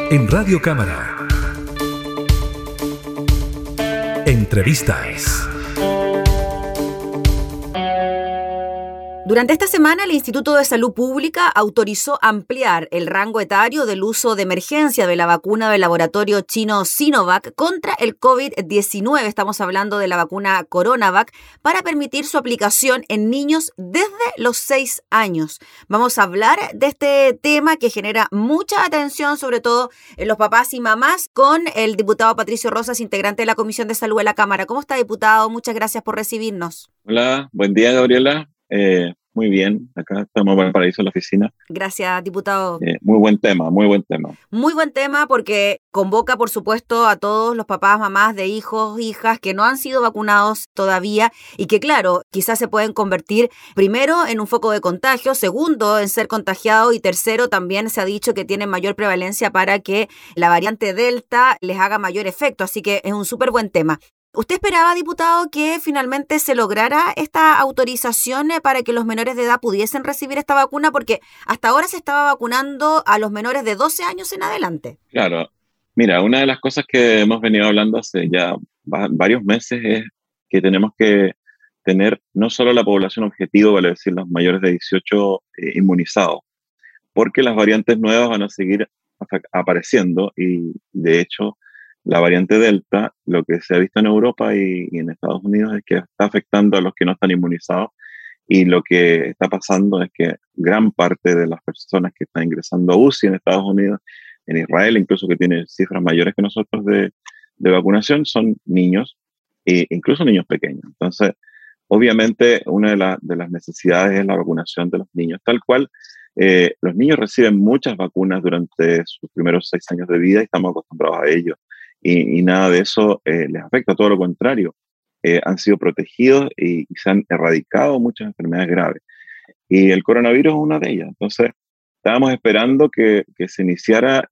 En Radio Cámara. Entrevistas. Durante esta semana, el Instituto de Salud Pública autorizó ampliar el rango etario del uso de emergencia de la vacuna del laboratorio chino Sinovac contra el COVID-19. Estamos hablando de la vacuna CoronaVac para permitir su aplicación en niños desde los 6 años. Vamos a hablar de este tema que genera mucha atención, sobre todo en los papás y mamás, con el diputado Patricio Rosas, integrante de la Comisión de Salud de la Cámara. ¿Cómo está, diputado? Muchas gracias por recibirnos. Hola, buen día, Gabriela. Muy bien, acá estamos en Valparaíso en la oficina. Gracias, diputado. Muy buen tema, muy buen tema. Muy buen tema porque convoca, por supuesto, a todos los papás, mamás de hijos, hijas que no han sido vacunados todavía y que, claro, quizás se pueden convertir primero en un foco de contagio, segundo en ser contagiado y tercero también se ha dicho que tienen mayor prevalencia para que la variante Delta les haga mayor efecto. Así que es un súper buen tema. ¿Usted esperaba, diputado, que finalmente se lograra esta autorización para que los menores de edad pudiesen recibir esta vacuna? Porque hasta ahora se estaba vacunando a los menores de 12 años en adelante. Claro. Mira, una de las cosas que hemos venido hablando hace ya varios meses es que tenemos que tener no solo la población objetivo, vale decir, los mayores de 18 inmunizados, porque las variantes nuevas van a seguir apareciendo y, de hecho, la variante Delta, lo que se ha visto en Europa y en Estados Unidos es que está afectando a los que no están inmunizados y lo que está pasando es que gran parte de las personas que están ingresando a UCI en Estados Unidos, en Israel, incluso que tiene cifras mayores que nosotros de vacunación, son niños, e incluso niños pequeños. Entonces, obviamente, una de las necesidades es la vacunación de los niños, tal cual. Los niños reciben muchas vacunas durante sus primeros 6 años de vida y estamos acostumbrados a ello. Y nada de eso les afecta, todo lo contrario. Han sido protegidos y se han erradicado muchas enfermedades graves. Y el coronavirus es una de ellas. Entonces, estábamos esperando que se iniciara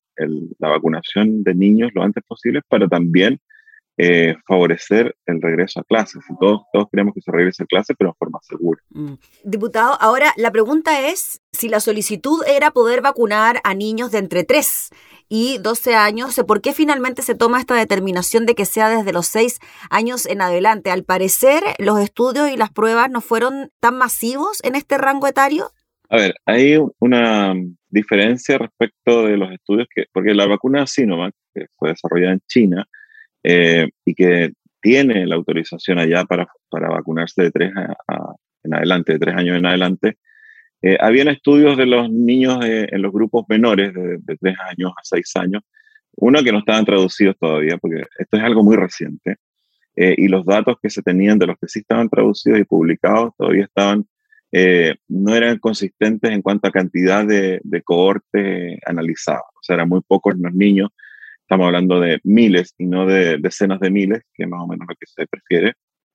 la vacunación de niños lo antes posible para también favorecer el regreso a clases. Y todos queremos que se regrese a clases, pero de forma segura. Diputado, ahora la pregunta es si la solicitud era poder vacunar a niños de entre 3 y 12 años, ¿por qué finalmente se toma esta determinación de que sea desde los 6 años en adelante? Al parecer, los estudios y las pruebas no fueron tan masivos en este rango etario. A ver, hay una diferencia respecto de los estudios, porque la vacuna Sinovac, que fue desarrollada en China, y que tiene la autorización allá para vacunarse de 3 en adelante, de 3 años en adelante. Habían estudios de los niños en los grupos menores de 3 años a 6 años, uno que no estaban traducidos todavía, porque esto es algo muy reciente, y los datos que se tenían de los que sí estaban traducidos y publicados todavía no eran consistentes en cuanto a cantidad de cohortes analizados. O sea, eran muy pocos los niños. Estamos hablando de miles y no de decenas de miles, que es más o menos lo que se prefiere.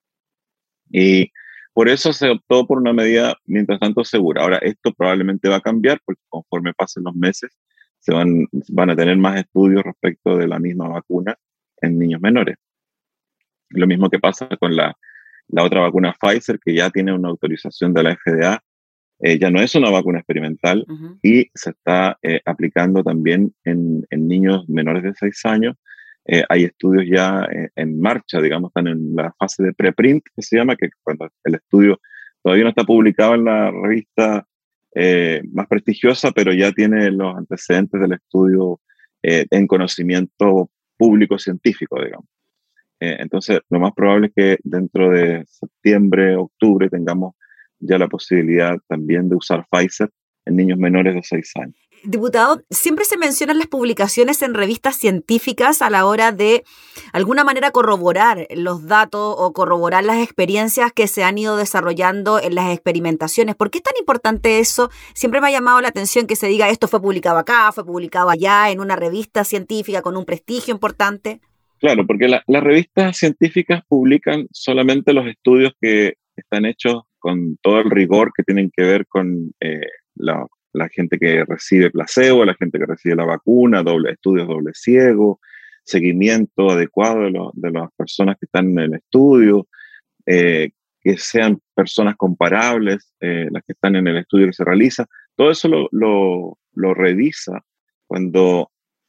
Y por eso se optó por una medida, mientras tanto, segura. Ahora, esto probablemente va a cambiar, porque conforme pasen los meses, van a tener más estudios respecto de la misma vacuna en niños menores. Lo mismo que pasa con la otra vacuna Pfizer, que ya tiene una autorización de la FDA. Ya no es una vacuna experimental y se está aplicando también en niños menores de 6 años. Hay estudios ya en marcha, digamos, están en la fase de preprint, que se llama, que cuando el estudio todavía no está publicado en la revista más prestigiosa, pero ya tiene los antecedentes del estudio en conocimiento público científico, digamos. Entonces, lo más probable es que dentro de septiembre, octubre, tengamos ya la posibilidad también de usar Pfizer en niños menores de 6 años. Diputado, siempre se mencionan las publicaciones en revistas científicas a la hora de alguna manera corroborar los datos o corroborar las experiencias que se han ido desarrollando en las experimentaciones. ¿Por qué es tan importante eso? Siempre me ha llamado la atención que se diga esto fue publicado acá, fue publicado allá, en una revista científica con un prestigio importante. Claro, porque las revistas científicas publican solamente los estudios que están hechos con todo el rigor que tienen que ver con la gente que recibe placebo, la gente que recibe la vacuna, estudios doble ciego, seguimiento adecuado de las personas que están en el estudio, que sean personas comparables, las que están en el estudio que se realiza. Todo eso lo revisa cuando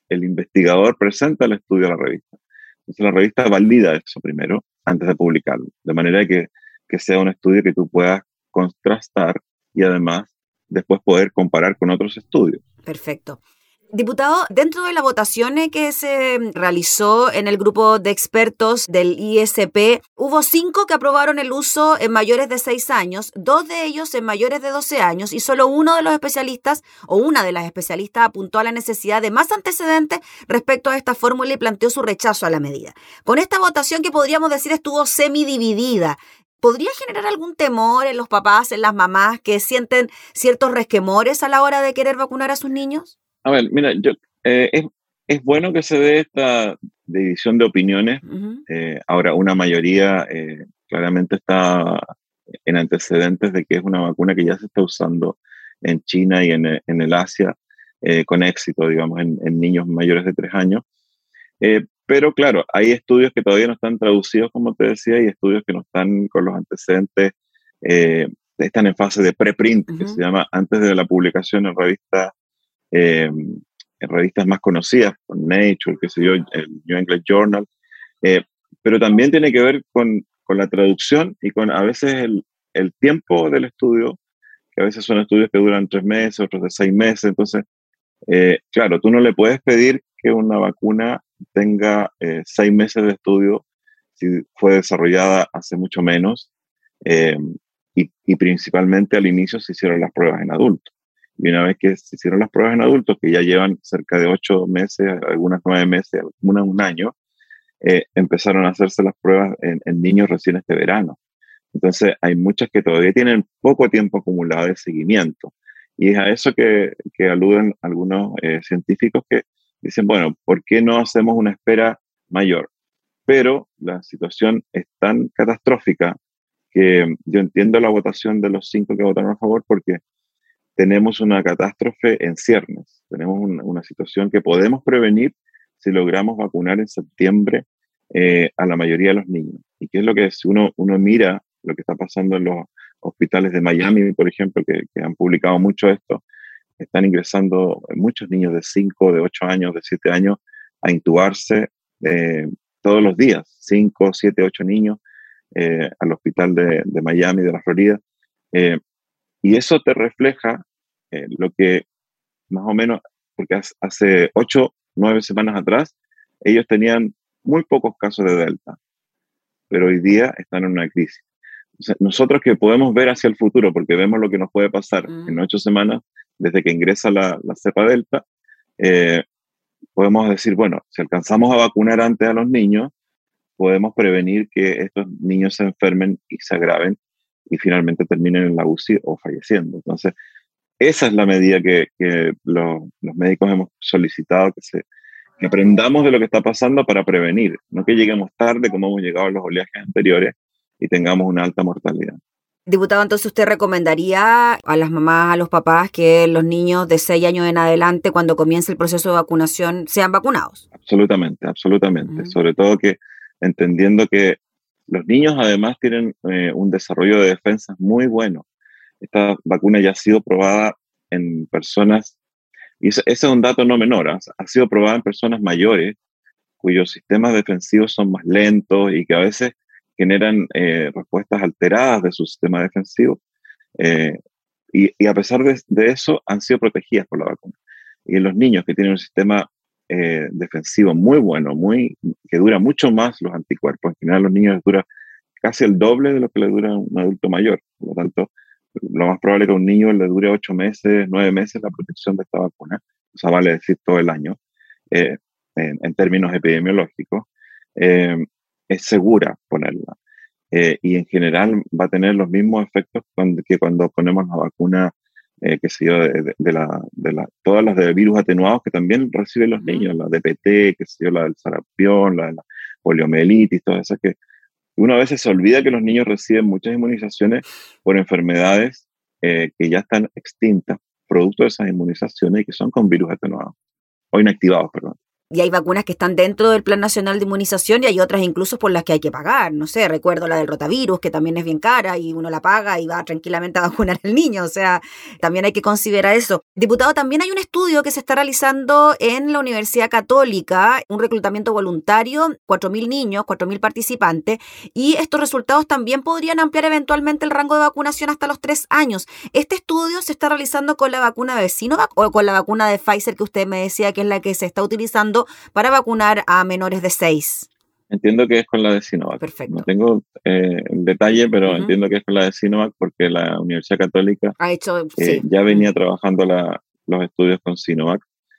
el investigador presenta el estudio a la revista. Entonces la revista valida eso primero antes de publicarlo, de manera que sea un estudio que tú puedas contrastar y además después poder comparar con otros estudios. Perfecto. Diputado, dentro de la votación que se realizó en el grupo de expertos del ISP, hubo 5 que aprobaron el uso en mayores de 6 años, 2 de ellos en mayores de 12 años y solo uno de los especialistas o una de las especialistas apuntó a la necesidad de más antecedentes respecto a esta fórmula y planteó su rechazo a la medida. Con esta votación que podríamos decir estuvo semidividida, ¿podría generar algún temor en los papás, en las mamás que sienten ciertos resquemores a la hora de querer vacunar a sus niños? A ver, mira, es bueno que se dé esta división de opiniones. Uh-huh. Ahora, una mayoría claramente está en antecedentes de que es una vacuna que ya se está usando en China y en el Asia con éxito, digamos, en niños mayores de 3 años. Pero claro, hay estudios que todavía no están traducidos, como te decía, y estudios que no están con los antecedentes, están en fase de preprint, que se llama antes de la publicación en revistas más conocidas, con Nature, qué sé yo, el New England Journal, pero también tiene que ver con la traducción y con a veces el tiempo del estudio, que a veces son estudios que duran 3 meses, otros de 6 meses, entonces, claro, tú no le puedes pedir que una vacuna tenga 6 meses de estudio si fue desarrollada hace mucho menos, y principalmente al inicio se hicieron las pruebas en adultos. Y una vez que se hicieron las pruebas en adultos, que ya llevan cerca de 8 meses, algunas 9 meses, algunas un año, empezaron a hacerse las pruebas en niños recién este verano. Entonces, hay muchas que todavía tienen poco tiempo acumulado de seguimiento. Y es a eso que aluden algunos científicos que dicen, bueno, ¿por qué no hacemos una espera mayor? Pero la situación es tan catastrófica que yo entiendo la votación de los 5 que votaron a favor porque tenemos una catástrofe en ciernes. Tenemos una situación que podemos prevenir si logramos vacunar en septiembre a la mayoría de los niños. ¿Y qué es lo que es? Uno mira lo que está pasando en los hospitales de Miami, por ejemplo, que han publicado mucho esto. Están ingresando muchos niños de 5, de 8 años, de 7 años a intubarse todos los días. 5, 7, 8 niños al hospital de Miami, de la Florida. Y eso te refleja lo que más o menos, porque hace 8, 9 semanas atrás, ellos tenían muy pocos casos de Delta, pero hoy día están en una crisis. O sea, nosotros que podemos ver hacia el futuro, porque vemos lo que nos puede pasar en 8 semanas, desde que ingresa la cepa Delta, podemos decir, bueno, si alcanzamos a vacunar antes a los niños, podemos prevenir que estos niños se enfermen y se agraven y finalmente terminen en la UCI o falleciendo. Entonces, esa es la medida que los médicos hemos solicitado, que aprendamos de lo que está pasando para prevenir, no que lleguemos tarde como hemos llegado a los oleajes anteriores y tengamos una alta mortalidad. Diputado, entonces usted recomendaría a las mamás, a los papás, que los niños de 6 años en adelante, cuando comience el proceso de vacunación, sean vacunados. Absolutamente, absolutamente. Sobre todo que entendiendo que los niños además tienen un desarrollo de defensas muy bueno. Esta vacuna ya ha sido probada en personas, y ese es un dato no menor, ha sido probada en personas mayores cuyos sistemas defensivos son más lentos y que a veces generan respuestas alteradas de su sistema defensivo. Y a pesar de eso, han sido protegidas por la vacuna. Y en los niños que tienen un sistema defensivo muy bueno, que dura mucho más los anticuerpos, en general los niños les dura casi el doble de lo que le dura a un adulto mayor. Por lo tanto, lo más probable es que a un niño le dure 8 meses, 9 meses la protección de esta vacuna. O sea, vale decir todo el año, en términos epidemiológicos. Es segura ponerla. Y en general va a tener los mismos efectos que cuando ponemos la vacuna, qué sé yo, todas las de virus atenuados que también reciben los niños, la DPT, qué sé yo, la del sarampión, la de la poliomielitis, todas esas que uno a veces se olvida que los niños reciben muchas inmunizaciones por enfermedades que ya están extintas, producto de esas inmunizaciones y que son con virus atenuados, o inactivados, perdón. Y hay vacunas que están dentro del Plan Nacional de Inmunización y hay otras incluso por las que hay que pagar. No sé, recuerdo la del rotavirus, que también es bien cara y uno la paga y va tranquilamente a vacunar al niño. O sea, también hay que considerar eso. Diputado, también hay un estudio que se está realizando en la Universidad Católica, un reclutamiento voluntario, 4.000 niños, 4.000 participantes, y estos resultados también podrían ampliar eventualmente el rango de vacunación hasta los 3 años. ¿Este estudio se está realizando con la vacuna de Sinovac o con la vacuna de Pfizer que usted me decía que es la que se está utilizando para vacunar a menores de 6? Entiendo que es con la de Sinovac. Perfecto. No tengo el detalle, pero Ujú. entiendo que es con la de Sinovac porque la Universidad Católica Ha hecho, sí. ya venía trabajando los estudios con Sinovac.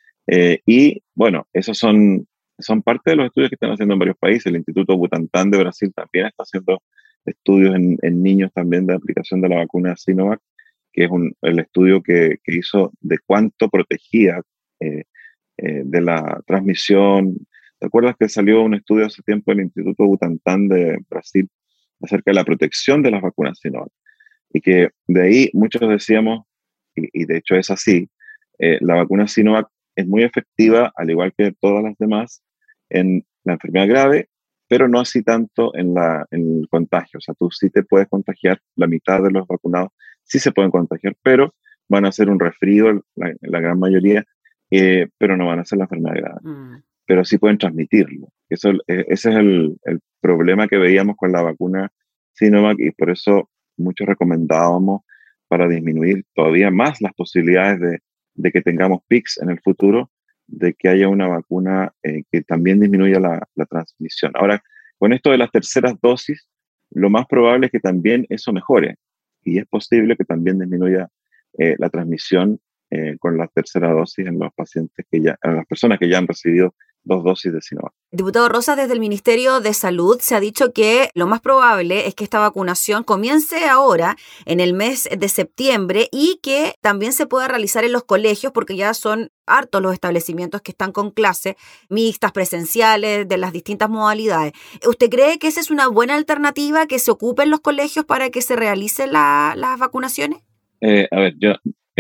Y bueno, esos son parte de los estudios que están haciendo en varios países. El Instituto Butantan de Brasil también está haciendo estudios en niños también de aplicación de la vacuna Sinovac, que es el estudio que hizo de cuánto protegía eh, de la transmisión. ¿Te acuerdas que salió un estudio hace tiempo del Instituto Butantan de Brasil acerca de la protección de las vacunas Sinovac? Y que de ahí muchos decíamos, y de hecho es así, la vacuna Sinovac es muy efectiva, al igual que todas las demás, en la enfermedad grave, pero no así tanto en el contagio. O sea, tú sí te puedes contagiar, la mitad de los vacunados sí se pueden contagiar, pero van a hacer un resfrío, la gran mayoría, pero no van a hacer la enfermedad grave. Pero sí pueden transmitirlo. Ese es el problema que veíamos con la vacuna Sinovac y por eso muchos recomendábamos para disminuir todavía más las posibilidades de que tengamos pics en el futuro, de que haya una vacuna que también disminuya la transmisión. Ahora, con esto de las terceras dosis, lo más probable es que también eso mejore y es posible que también disminuya la transmisión con la tercera dosis en los pacientes en las personas que ya han recibido 2 dosis de Sinovac. Diputado Rosas, desde el Ministerio de Salud se ha dicho que lo más probable es que esta vacunación comience ahora, en el mes de septiembre, y que también se pueda realizar en los colegios, porque ya son hartos los establecimientos que están con clases mixtas, presenciales, de las distintas modalidades. ¿Usted cree que esa es una buena alternativa, que se ocupen los colegios para que se realicen las vacunaciones? A ver, yo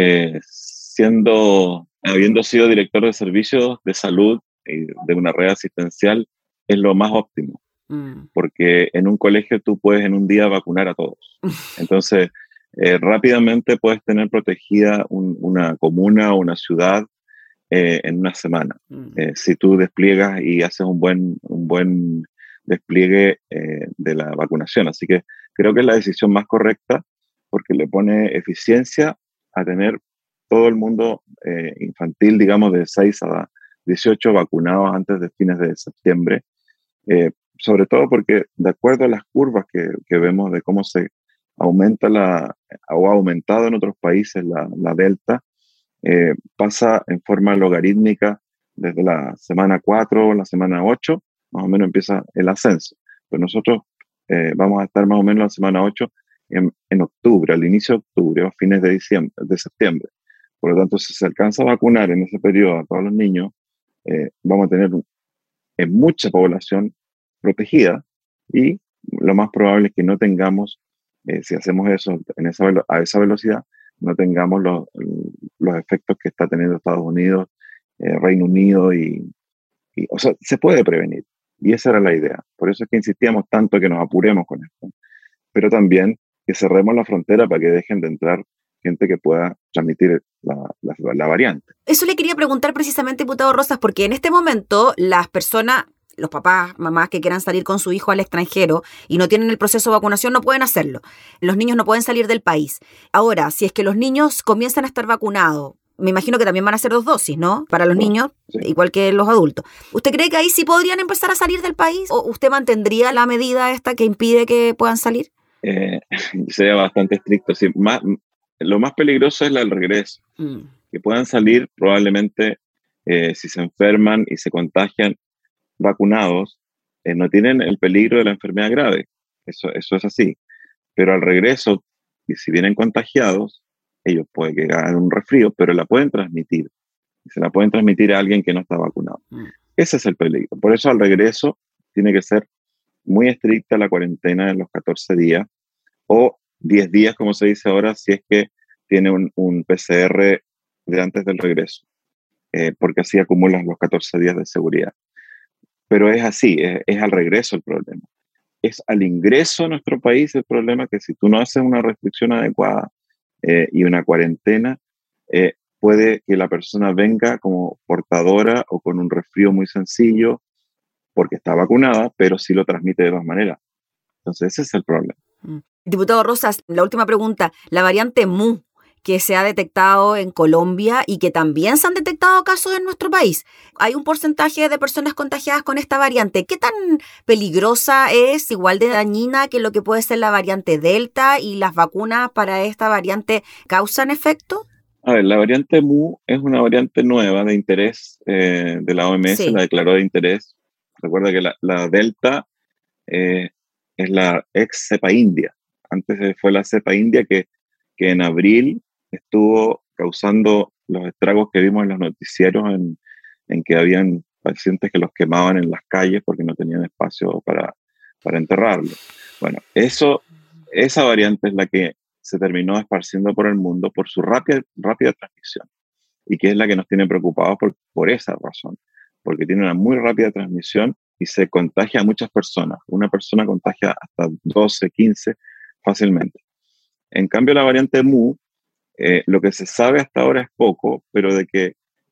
habiendo sido director de servicios de salud de una red asistencial, es lo más óptimo, porque en un colegio tú puedes en un día vacunar a todos. Entonces, rápidamente puedes tener protegida una comuna o una ciudad en una semana. Si tú despliegas y haces un buen despliegue de la vacunación. Así que creo que es la decisión más correcta porque le pone eficiencia a tener todo el mundo infantil, digamos, de 6 a 18 vacunados antes de fines de septiembre, sobre todo porque de acuerdo a las curvas que vemos de cómo se aumenta o ha aumentado en otros países la Delta, pasa en forma logarítmica desde la semana 4 o la semana 8, más o menos empieza el ascenso. Pues nosotros vamos a estar más o menos en la semana 8 en octubre, al inicio de octubre o fines de septiembre. Por lo tanto, si se alcanza a vacunar en ese periodo a todos los niños, vamos a tener mucha población protegida y lo más probable es que no tengamos, si hacemos eso a esa velocidad, no tengamos los efectos que está teniendo Estados Unidos, Reino Unido o sea, se puede prevenir. Y esa era la idea. Por eso es que insistíamos tanto que nos apuremos con esto. Pero también que cerremos la frontera para que dejen de entrar gente que pueda transmitir la variante. Eso le quería preguntar precisamente, diputado Rosas, porque en este momento las personas, los papás, mamás que quieran salir con su hijo al extranjero y no tienen el proceso de vacunación no pueden hacerlo. Los niños no pueden salir del país. Ahora, si es que los niños comienzan a estar vacunados, me imagino que también van a ser 2 dosis, ¿no? Para los niños, sí, igual que los adultos. ¿Usted cree que ahí sí podrían empezar a salir del país? ¿O usted mantendría la medida esta que impide que puedan salir? Sería bastante estricto. Sí, lo más peligroso es el regreso. Que puedan salir probablemente si se enferman y se contagian vacunados, no tienen el peligro de la enfermedad grave. Eso es así. Pero al regreso, y si vienen contagiados, ellos pueden que hagan un resfrío, pero la pueden transmitir. Y se la pueden transmitir a alguien que no está vacunado. Ese es el peligro. Por eso al regreso tiene que ser muy estricta la cuarentena de los 14 días o 10 días, como se dice ahora, si es que tiene un PCR de antes del regreso. porque así acumulas los 14 días de seguridad. Pero es así, es al regreso el problema. Es al ingreso a nuestro país el problema, que si tú no haces una restricción adecuada y una cuarentena, puede que la persona venga como portadora o con un resfrío muy sencillo porque está vacunada, pero sí lo transmite de dos maneras. Entonces ese es el problema. Diputado Rosas, la última pregunta. La variante Mu, que se ha detectado en Colombia y que también se han detectado casos en nuestro país. Hay un porcentaje de personas contagiadas con esta variante. ¿Qué tan peligrosa es, igual de dañina que lo que puede ser la variante Delta, y las vacunas para esta variante causan efecto? A ver, la variante Mu es una variante nueva de interés de la OMS, sí. La declaró de interés. Recuerda que la Delta es la ex cepa india. Antes fue la cepa india que en abril estuvo causando los estragos que vimos en los noticieros en que habían pacientes que los quemaban en las calles porque no tenían espacio para enterrarlos. Bueno, esa variante es la que se terminó esparciendo por el mundo por su rápida transmisión, y que es la que nos tiene preocupados por esa razón, porque tiene una muy rápida transmisión y se contagia a muchas personas. Una persona contagia hasta 12, 15 fácilmente. En cambio, la variante Mu, lo que se sabe hasta ahora es poco, pero de que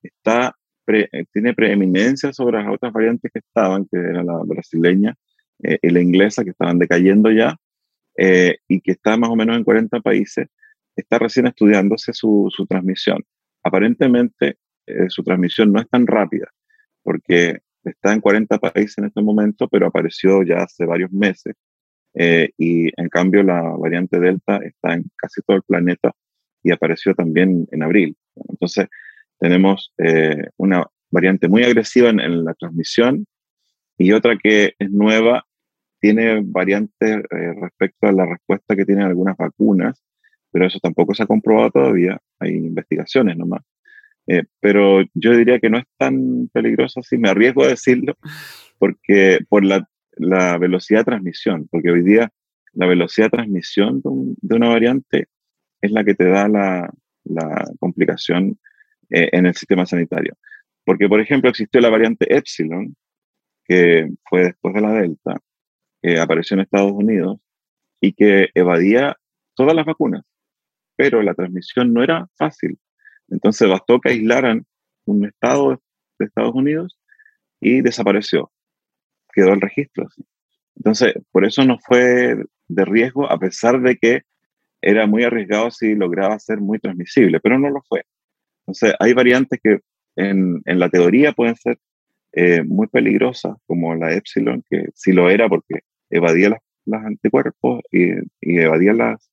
tiene preeminencia sobre las otras variantes que estaban, que era la brasileña y la inglesa, que estaban decayendo ya, y que está más o menos en 40 países, está recién estudiándose su transmisión. Aparentemente, su transmisión no es tan rápida, porque está en 40 países en este momento, pero apareció ya hace varios meses, y en cambio la variante Delta está en casi todo el planeta y apareció también en abril. Entonces, tenemos una variante muy agresiva en la transmisión, y otra que es nueva, tiene variantes respecto a la respuesta que tienen algunas vacunas, pero eso tampoco se ha comprobado todavía, hay investigaciones nomás. Pero yo diría que no es tan peligroso así, me arriesgo a decirlo, porque por la velocidad de transmisión, porque hoy día la velocidad de transmisión de una variante es la que te da la complicación en el sistema sanitario. Porque, por ejemplo, existió la variante Epsilon, que fue después de la Delta, que apareció en Estados Unidos y que evadía todas las vacunas, pero la transmisión no era fácil. Entonces bastó que aislaran un estado de Estados Unidos y desapareció. Quedó el registro. ¿Sí? Entonces, por eso no fue de riesgo, a pesar de que era muy arriesgado si lograba ser muy transmisible, pero no lo fue. Entonces, hay variantes que en la teoría pueden ser muy peligrosas, como la Epsilon, que sí lo era porque evadía las anticuerpos y evadía las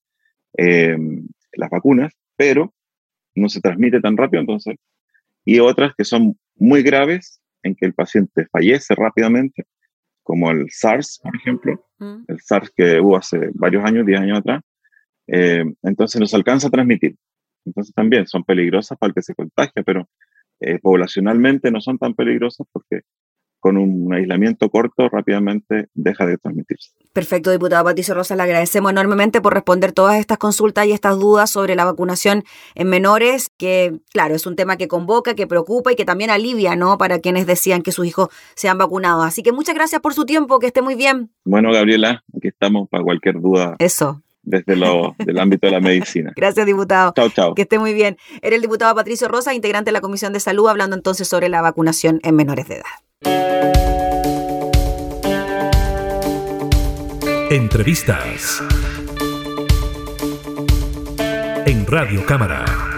vacunas, pero no se transmite tan rápido, entonces. Y otras que son muy graves, en que el paciente fallece rápidamente, como el SARS, por ejemplo, el SARS que hubo hace varios años, 10 años atrás, entonces no se alcanza a transmitir. Entonces también son peligrosas para el que se contagia, pero poblacionalmente no son tan peligrosas porque con un aislamiento corto rápidamente deja de transmitirse. Perfecto, diputado Patricio Rosas, le agradecemos enormemente por responder todas estas consultas y estas dudas sobre la vacunación en menores, que claro, es un tema que convoca, que preocupa y que también alivia, ¿no?, para quienes decían que sus hijos sean vacunados. Así que muchas gracias por su tiempo, que esté muy bien. Bueno, Gabriela, aquí estamos para cualquier duda. Eso. Desde del ámbito de la medicina. Gracias, diputado. Chao, chao. Que esté muy bien. Era el diputado Patricio Rosas, integrante de la Comisión de Salud, hablando entonces sobre la vacunación en menores de edad. Entrevistas en Radio Cámara.